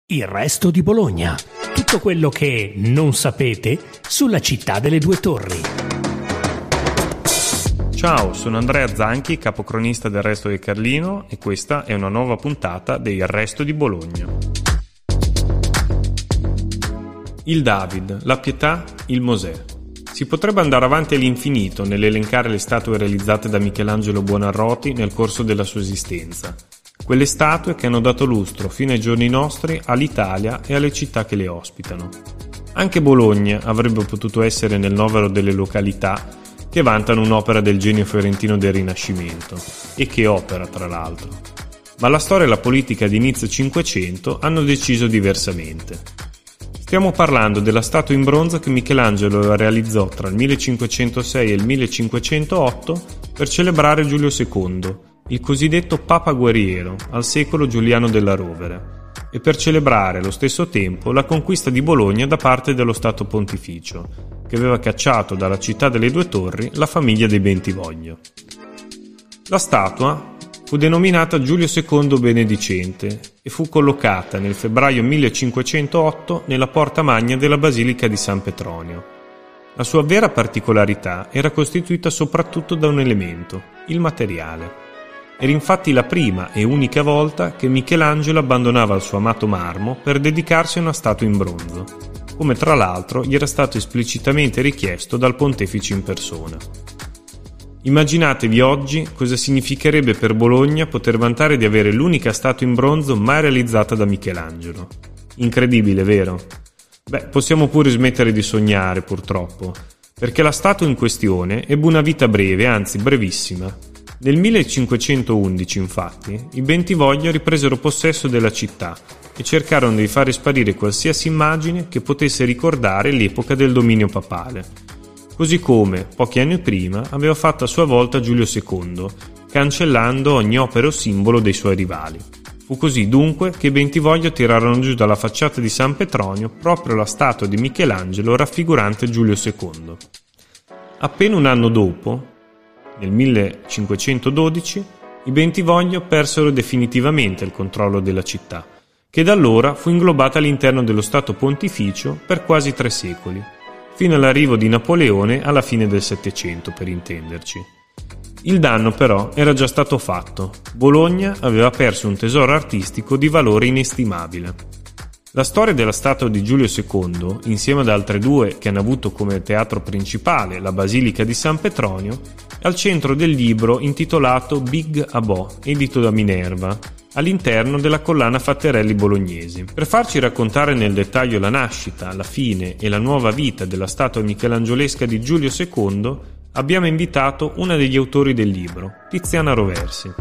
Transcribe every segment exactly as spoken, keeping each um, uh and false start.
Il resto di Bologna. Tutto quello che non sapete sulla città delle due torri. Ciao, sono Andrea Zanchi, capocronista del Resto del Carlino, e questa è una nuova puntata del Resto di Bologna. Il David, la Pietà, il Mosè. Si potrebbe andare avanti all'infinito nell'elencare le statue realizzate da Michelangelo Buonarroti nel corso della sua esistenza. Quelle statue che hanno dato lustro fino ai giorni nostri all'Italia e alle città che le ospitano. Anche Bologna avrebbe potuto essere nel novero delle località che vantano un'opera del genio fiorentino del Rinascimento, e che opera tra l'altro. Ma la storia e la politica di inizio Cinquecento hanno deciso diversamente. Stiamo parlando della statua in bronzo che Michelangelo realizzò tra il millecinquecentosei e il millecinquecentootto per celebrare Giulio secondo, il cosiddetto Papa Guerriero, al secolo Giuliano della Rovere, e per celebrare allo stesso tempo la conquista di Bologna da parte dello Stato Pontificio, che aveva cacciato dalla città delle due torri la famiglia dei Bentivoglio. La statua fu denominata Giulio secondo Benedicente e fu collocata nel febbraio millecinquecentootto nella porta magna della Basilica di San Petronio. La sua vera particolarità era costituita soprattutto da un elemento, il materiale. Era infatti la prima e unica volta che Michelangelo abbandonava il suo amato marmo per dedicarsi a una statua in bronzo, come tra l'altro gli era stato esplicitamente richiesto dal pontefice in persona. Immaginatevi oggi cosa significherebbe per Bologna poter vantare di avere l'unica statua in bronzo mai realizzata da Michelangelo. Incredibile, vero? Beh, possiamo pure smettere di sognare, purtroppo, perché la statua in questione ebbe una vita breve, anzi brevissima. Nel millecinquecentoundici, infatti, i Bentivoglio ripresero possesso della città e cercarono di fare sparire qualsiasi immagine che potesse ricordare l'epoca del dominio papale. Così come, pochi anni prima, aveva fatto a sua volta Giulio secondo, cancellando ogni opera o simbolo dei suoi rivali. Fu così dunque che i Bentivoglio tirarono giù dalla facciata di San Petronio proprio la statua di Michelangelo raffigurante Giulio secondo. Appena un anno dopo, nel millecinquecentododici, i Bentivoglio persero definitivamente il controllo della città, che da allora fu inglobata all'interno dello Stato Pontificio per quasi tre secoli, fino all'arrivo di Napoleone alla fine del Settecento, per intenderci. Il danno però era già stato fatto. Bologna aveva perso un tesoro artistico di valore inestimabile. La storia della statua di Giulio secondo, insieme ad altre due che hanno avuto come teatro principale la Basilica di San Petronio, è al centro del libro intitolato Big Abò, edito da Minerva, all'interno della collana Fatterelli Bolognesi. Per farci raccontare nel dettaglio la nascita, la fine e la nuova vita della statua michelangiolesca di Giulio secondo, abbiamo invitato una degli autori del libro, Tiziana Roversi.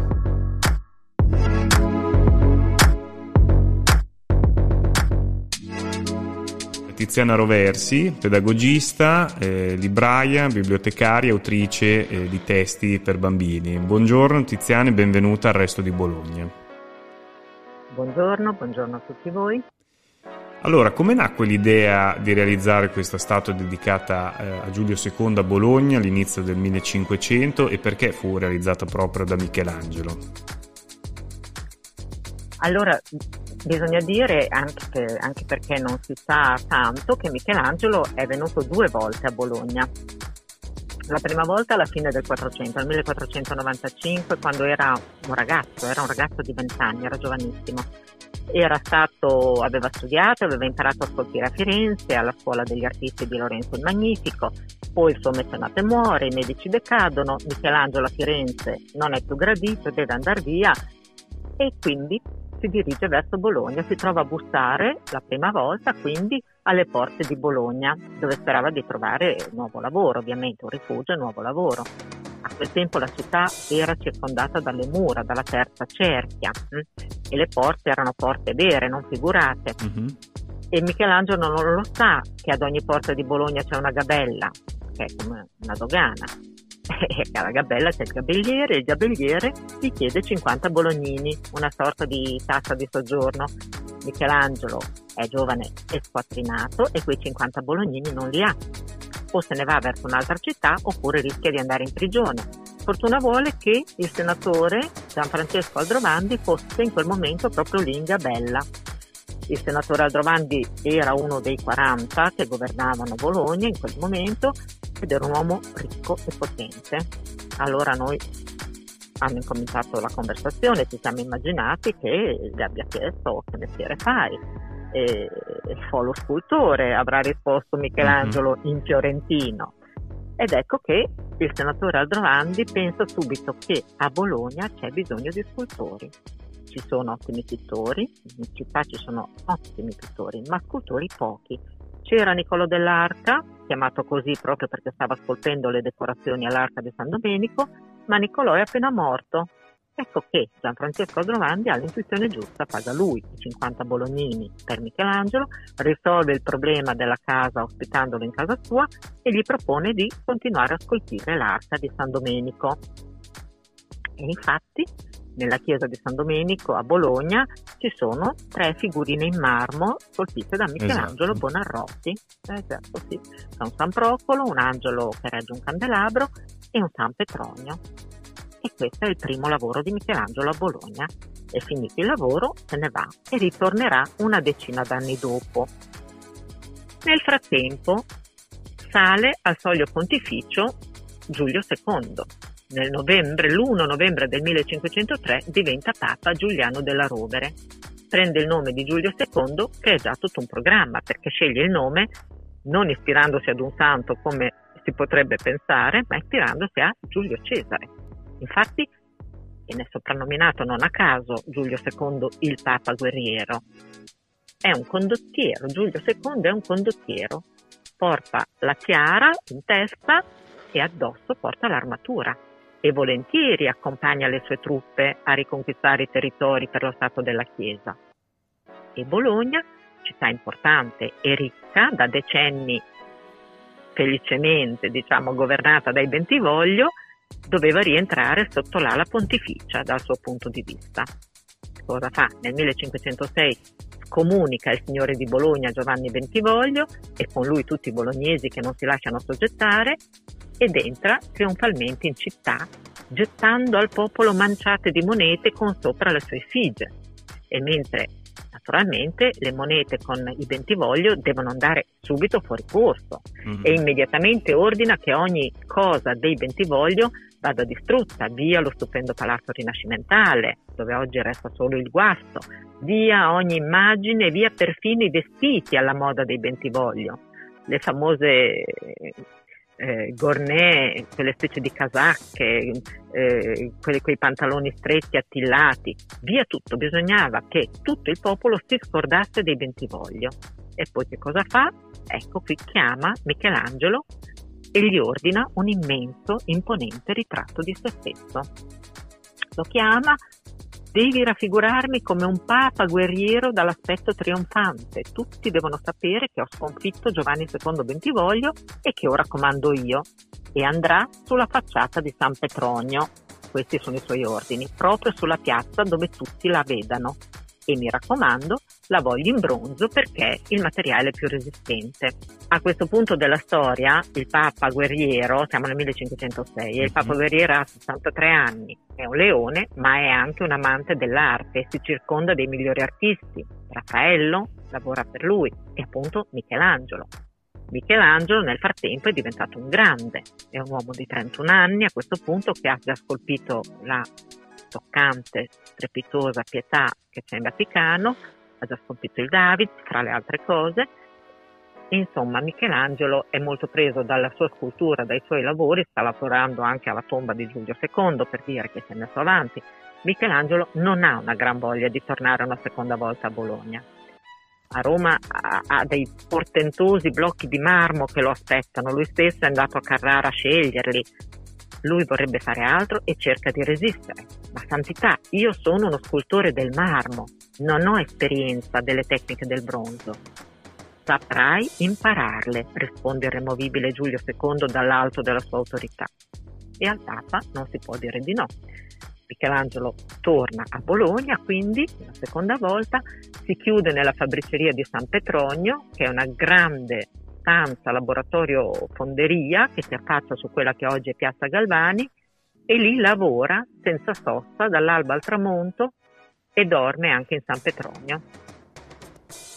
Tiziana Roversi, pedagogista, eh, libraia, bibliotecaria, autrice eh, di testi per bambini. Buongiorno Tiziana e benvenuta al Resto di Bologna. Buongiorno, buongiorno a tutti voi. Allora, come nacque l'idea di realizzare questa statua dedicata eh, a Giulio secondo a Bologna all'inizio del millecinquecento e perché fu realizzata proprio da Michelangelo? Allora, bisogna dire, anche, anche perché non si sa tanto, che Michelangelo è venuto due volte a Bologna. La prima volta alla fine del Quattrocento, nel millequattrocentonovantacinque, quando era un ragazzo, era un ragazzo di vent'anni, era giovanissimo. Era stato, aveva studiato, aveva imparato a scolpire a Firenze, alla scuola degli artisti di Lorenzo il Magnifico, poi il suo mecenate muore, i Medici decadono, Michelangelo a Firenze non è più gradito, deve andare via e quindi si dirige verso Bologna, si trova a bussare la prima volta quindi alle porte di Bologna, dove sperava di trovare nuovo lavoro, ovviamente un rifugio e nuovo lavoro. A quel tempo la città era circondata dalle mura, dalla terza cerchia, hm? e le porte erano porte vere, non figurate. Mm-hmm. E Michelangelo non lo sa che ad ogni porta di Bologna c'è una gabella, che è come una dogana. E alla gabella c'è il gabelliere e il gabelliere gli chiede cinquanta bolognini, una sorta di tassa di soggiorno. Michelangelo è giovane e squattrinato e quei cinquanta bolognini non li ha. O se ne va verso un'altra città oppure rischia di andare in prigione. Fortuna vuole che il senatore Gianfrancesco Aldrovandi fosse in quel momento proprio lì in gabella. Il senatore Aldrovandi era uno dei quaranta che governavano Bologna in quel momento ed era un uomo ricco e potente. Allora noi hanno incominciato la conversazione, ci siamo immaginati che gli abbia chiesto che mestiere fai. E fo lo scultore, avrà risposto Michelangelo mm-hmm. in fiorentino. Ed ecco che il senatore Aldrovandi pensa subito che a Bologna c'è bisogno di scultori. Ci sono ottimi pittori, in città ci sono ottimi pittori, ma scultori pochi. C'era Niccolò dell'Arca, chiamato così proprio perché stava scolpendo le decorazioni all'Arca di San Domenico, ma Niccolò è appena morto. Ecco che Gianfrancesco Aldrovandi ha l'intuizione giusta, paga lui i cinquanta bolognini per Michelangelo, risolve il problema della casa ospitandolo in casa sua e gli propone di continuare a scolpire l'Arca di San Domenico. E infatti nella chiesa di San Domenico a Bologna ci sono tre figurine in marmo scolpite da Michelangelo esatto. Buonarroti. Esatto, sì. C'è un San Procolo, un angelo che regge un candelabro e un San Petronio. E questo è il primo lavoro di Michelangelo a Bologna. E finito il lavoro se ne va e ritornerà una decina d'anni dopo. Nel frattempo sale al Soglio Pontificio Giulio secondo. Nel novembre, l'primo novembre del millecinquecentotre diventa Papa Giuliano della Rovere. Prende il nome di Giulio secondo, che è già tutto un programma, perché sceglie il nome non ispirandosi ad un santo come si potrebbe pensare, ma ispirandosi a Giulio Cesare. Infatti viene soprannominato non a caso Giulio secondo il Papa guerriero. È un condottiero, Giulio secondo è un condottiero. Porta la tiara in testa e addosso porta l'armatura. E volentieri accompagna le sue truppe a riconquistare i territori per lo stato della Chiesa. E Bologna, città importante e ricca, da decenni felicemente, diciamo, governata dai Bentivoglio, doveva rientrare sotto l'ala pontificia dal suo punto di vista. Cosa fa? Nel millecinquecentosei comunica il signore di Bologna Giovanni Bentivoglio e con lui tutti i bolognesi che non si lasciano soggettare ed entra trionfalmente in città gettando al popolo manciate di monete con sopra le sue effigie. E mentre naturalmente le monete con i Bentivoglio devono andare subito fuori corso mm-hmm. e immediatamente ordina che ogni cosa dei Bentivoglio vada distrutta, via lo stupendo palazzo rinascimentale dove oggi resta solo il guasto, via ogni immagine, via perfino i vestiti alla moda dei Bentivoglio, le famose eh, gornè, quelle specie di casacche, eh, quelli, quei pantaloni stretti attillati, via tutto. Bisognava che tutto il popolo si scordasse dei Bentivoglio. E poi che cosa fa? Ecco, qui chiama Michelangelo e gli ordina un immenso, imponente ritratto di se stesso. Lo chiama: devi raffigurarmi come un papa guerriero dall'aspetto trionfante. Tutti devono sapere che ho sconfitto Giovanni secondo Bentivoglio e che ora comando io. E andrà sulla facciata di San Petronio, questi sono i suoi ordini, proprio sulla piazza dove tutti la vedano. E mi raccomando, la voglio in bronzo perché è il materiale più resistente. A questo punto della storia, il Papa guerriero, siamo nel millecinquecentosei, e il Papa guerriero ha sessantatré anni, è un leone, ma è anche un amante dell'arte, si circonda dei migliori artisti. Raffaello lavora per lui e appunto Michelangelo. Michelangelo nel frattempo è diventato un grande, è un uomo di trentuno anni a questo punto che ha già scolpito la toccante, strepitosa Pietà che c'è in Vaticano, ha già scolpito il David, fra le altre cose. Insomma, Michelangelo è molto preso dalla sua scultura, dai suoi lavori, sta lavorando anche alla tomba di Giulio secondo per dire che si è messo avanti. Michelangelo non ha una gran voglia di tornare una seconda volta a Bologna. A Roma ha, ha dei portentosi blocchi di marmo che lo aspettano, lui stesso è andato a Carrara a sceglierli. Lui vorrebbe fare altro e cerca di resistere. Ma santità, io sono uno scultore del marmo, non ho esperienza delle tecniche del bronzo. Saprai impararle, risponde il removibile Giulio secondo dall'alto della sua autorità. E al Papa non si può dire di no. Michelangelo torna a Bologna, quindi, una seconda volta, si chiude nella fabbriceria di San Petronio, che è una grande stanza, laboratorio, fonderia, che si affaccia su quella che oggi è Piazza Galvani, e lì lavora senza sosta dall'alba al tramonto e dorme anche in San Petronio.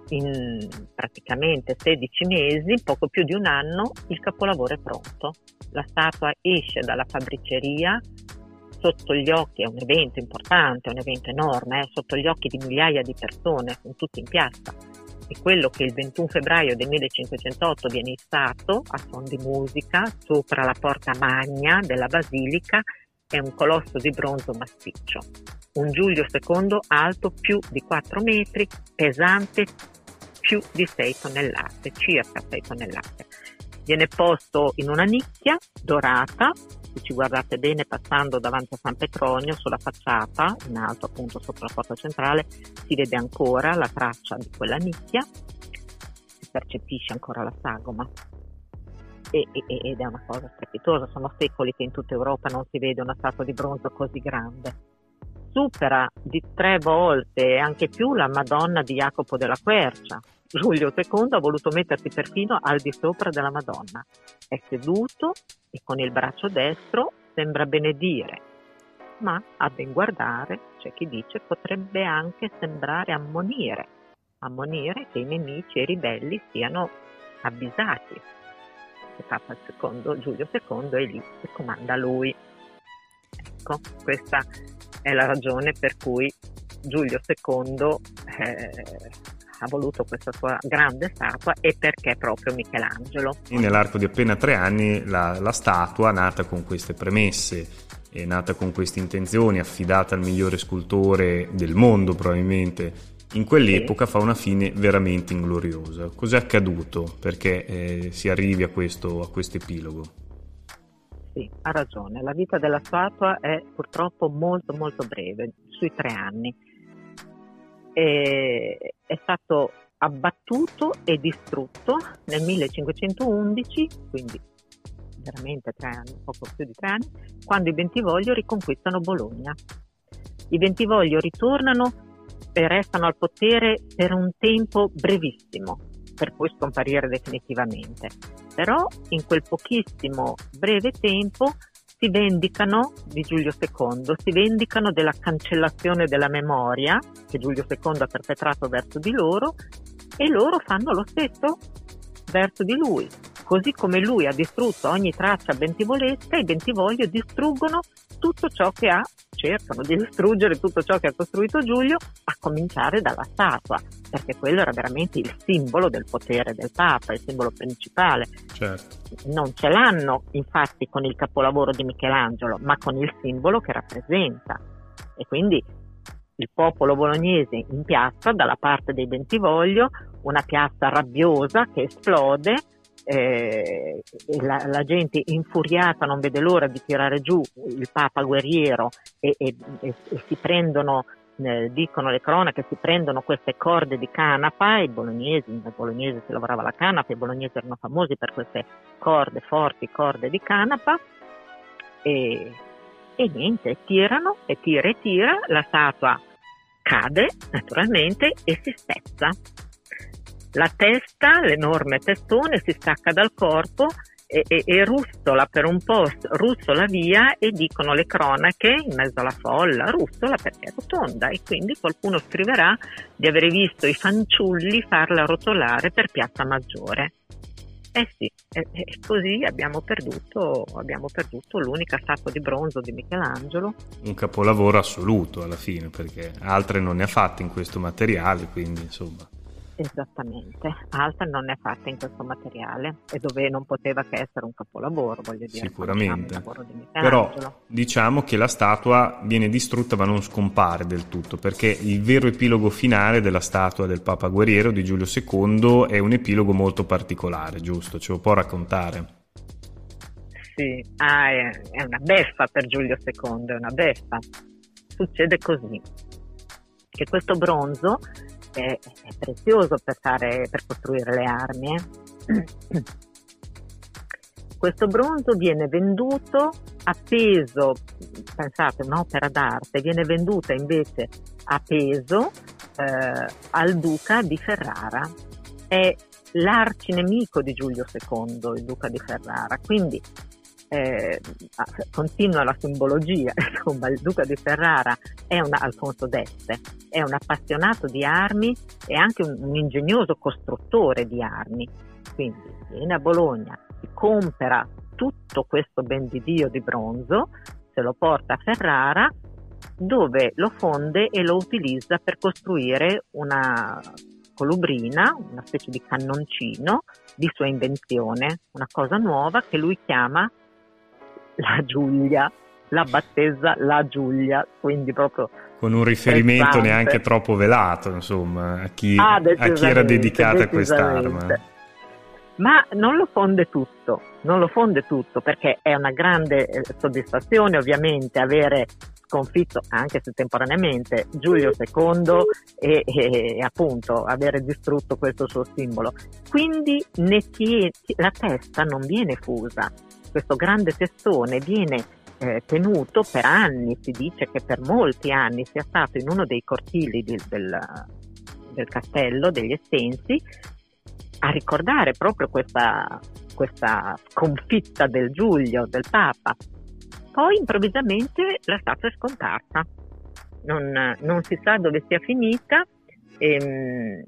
in praticamente sedici mesi, poco più di un anno, il capolavoro è pronto. La statua esce dalla fabbriceria sotto gli occhi, è un evento importante, è un evento enorme, eh, sotto gli occhi di migliaia di persone, sono tutti in piazza. E quello che il ventuno febbraio del millecinquecentotto viene issato a suon di musica sopra la porta magna della basilica è un colosso di bronzo massiccio. Un Giulio secondo alto più di quattro metri, pesante più di sei tonnellate, circa sei tonnellate. Viene posto in una nicchia dorata, se ci guardate bene passando davanti a San Petronio, sulla facciata, in alto appunto sopra la porta centrale, si vede ancora la traccia di quella nicchia, si percepisce ancora la sagoma. E, e, ed è una cosa strepitosa, sono secoli che in tutta Europa non si vede una statua di bronzo così grande. Supera di tre volte e anche più la Madonna di Jacopo della Quercia. Giulio secondo ha voluto mettersi perfino al di sopra della Madonna. È seduto e con il braccio destro sembra benedire, ma a ben guardare c'è chi dice potrebbe anche sembrare ammonire, ammonire che i nemici e i ribelli siano avvisati. Che Papa secondo, Giulio secondo è lì e comanda lui. Ecco, questa è la ragione per cui Giulio secondo eh, ha voluto questa sua grande statua e perché proprio Michelangelo. E nell'arco di appena tre anni la, la statua, nata con queste premesse, è nata con queste intenzioni, affidata al migliore scultore del mondo probabilmente, in quell'epoca sì. Fa una fine veramente ingloriosa. Cos'è accaduto perché eh, si arrivi a questo, a questo epilogo? Sì, ha ragione, la vita della statua è purtroppo molto molto breve, sui tre anni. E è stato abbattuto e distrutto nel millecinquecentoundici, quindi veramente tre anni, poco più di tre anni, quando i Bentivoglio riconquistano Bologna. I Bentivoglio ritornano e restano al potere per un tempo brevissimo, per poi scomparire definitivamente. Però in quel pochissimo breve tempo si vendicano di Giulio secondo, si vendicano della cancellazione della memoria che Giulio secondo ha perpetrato verso di loro e loro fanno lo stesso verso di lui. Così come lui ha distrutto ogni traccia bentivolesca, i Bentivoglio distruggono tutto ciò che ha, cercano di distruggere tutto ciò che ha costruito Giulio, a cominciare dalla statua, perché quello era veramente il simbolo del potere del Papa, il simbolo principale. Certo. Non ce l'hanno infatti con il capolavoro di Michelangelo, ma con il simbolo che rappresenta. E quindi il popolo bolognese in piazza, dalla parte dei Bentivoglio, una piazza rabbiosa che esplode, eh, e la, la gente infuriata non vede l'ora di tirare giù il Papa guerriero e, e, e, e si prendono, eh, dicono le cronache, si prendono queste corde di canapa. I bolognesi, nel bolognese si lavorava la canapa, i bolognesi erano famosi per queste corde, forti corde di canapa, e, e niente, tirano e tira e tira, la statua cade naturalmente e si spezza. La testa, l'enorme testone, si stacca dal corpo e, e, e russola per un po', russola via, e dicono le cronache in mezzo alla folla, russola perché è rotonda, e quindi qualcuno scriverà di aver visto i fanciulli farla rotolare per Piazza Maggiore. Eh sì, e, e così abbiamo perduto, abbiamo perduto l'unica statua di bronzo di Michelangelo. Un capolavoro assoluto alla fine, perché altre non ne ha fatte in questo materiale, quindi insomma... Esattamente, altre non ne ha fatte in questo materiale, e dove non poteva che essere un capolavoro, voglio dire. Sicuramente, il lavoro di però diciamo che la statua viene distrutta ma non scompare del tutto, perché il vero epilogo finale della statua del Papa guerriero di Giulio secondo è un epilogo molto particolare, giusto? Ce lo può raccontare? Sì, ah, è, è una beffa per Giulio secondo, è una beffa. Succede così, che questo bronzo È, è prezioso per fare, per costruire le armi. Eh? Questo bronzo viene venduto a peso, pensate, un'opera d'arte, viene venduta invece a peso eh, al duca di Ferrara. È l'arcinemico di Giulio secondo, il duca di Ferrara, quindi eh, continua la simbologia, insomma il duca di Ferrara è un Alfonso d'Este, è un appassionato di armi e anche un, un ingegnoso costruttore di armi, quindi viene a Bologna, si compera tutto questo ben di Dio di bronzo, se lo porta a Ferrara, dove lo fonde e lo utilizza per costruire una colubrina, una specie di cannoncino di sua invenzione, una cosa nuova che lui chiama la Giulia, la battezza la Giulia, quindi proprio con un riferimento pressante. Neanche troppo velato, insomma, a chi, ah, a chi era dedicata a quest'arma. Ma non lo fonde tutto, non lo fonde tutto perché è una grande soddisfazione ovviamente avere sconfitto, anche se temporaneamente, Giulio secondo e, e, e appunto avere distrutto questo suo simbolo. Quindi ne tie, la testa non viene fusa, questo grande testone viene eh, tenuto per anni, si dice che per molti anni sia stato in uno dei cortili di, del, del castello degli Estensi a ricordare proprio questa, questa sconfitta del Giulio, del Papa. Poi improvvisamente la statua è scomparsa, non, non si sa dove sia finita, ehm,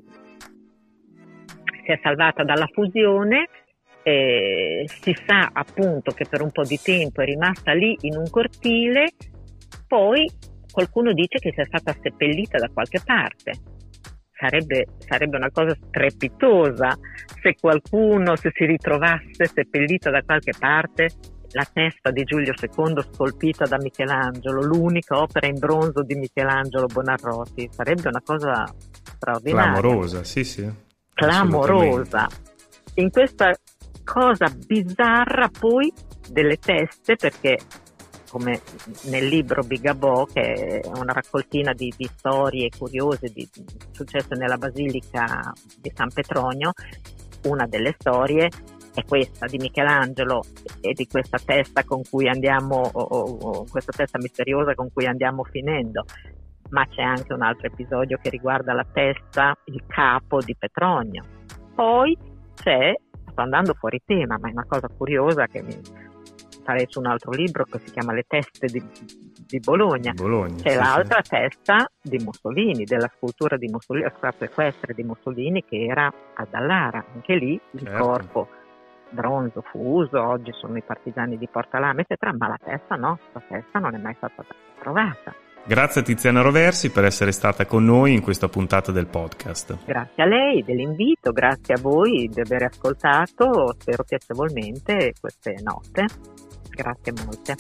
si è salvata dalla fusione, eh, si sa appunto che per un po' di tempo è rimasta lì in un cortile, poi qualcuno dice che sia stata seppellita da qualche parte. Sarebbe, sarebbe una cosa strepitosa se qualcuno, se si ritrovasse seppellita da qualche parte la testa di Giulio secondo scolpita da Michelangelo, l'unica opera in bronzo di Michelangelo Buonarroti. Sarebbe una cosa straordinaria. Clamorosa, sì, sì. Clamorosa. In questa cosa bizzarra poi delle teste, perché come nel libro Bigabò, che è una raccoltina di, di storie curiose di, di successe nella Basilica di San Petronio, una delle storie è questa di Michelangelo e di questa testa con cui andiamo, o, o, o questa testa misteriosa con cui andiamo finendo, ma c'è anche un altro episodio che riguarda la testa, il capo di Petronio. Poi c'è, sto andando fuori tema, ma è una cosa curiosa che mi farei su un altro libro che si chiama Le teste di, di Bologna. Bologna c'è sì, l'altra sì. testa di Mussolini, della scultura di Mussolini, la scultura equestre di Mussolini che era a Dallara, anche lì il certo. corpo bronzo fuso, oggi sono i partigiani di Porta Lama eccetera, ma la testa no, la testa non è mai stata trovata. Grazie a Tiziana Roversi per essere stata con noi in questa puntata del podcast. Grazie a lei dell'invito, grazie a voi di aver ascoltato, spero piacevolmente queste note. Grazie molte.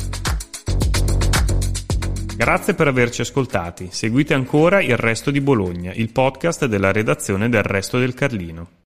Grazie per averci ascoltati. Seguite ancora Il Resto di Bologna, il podcast della redazione del Resto del Carlino.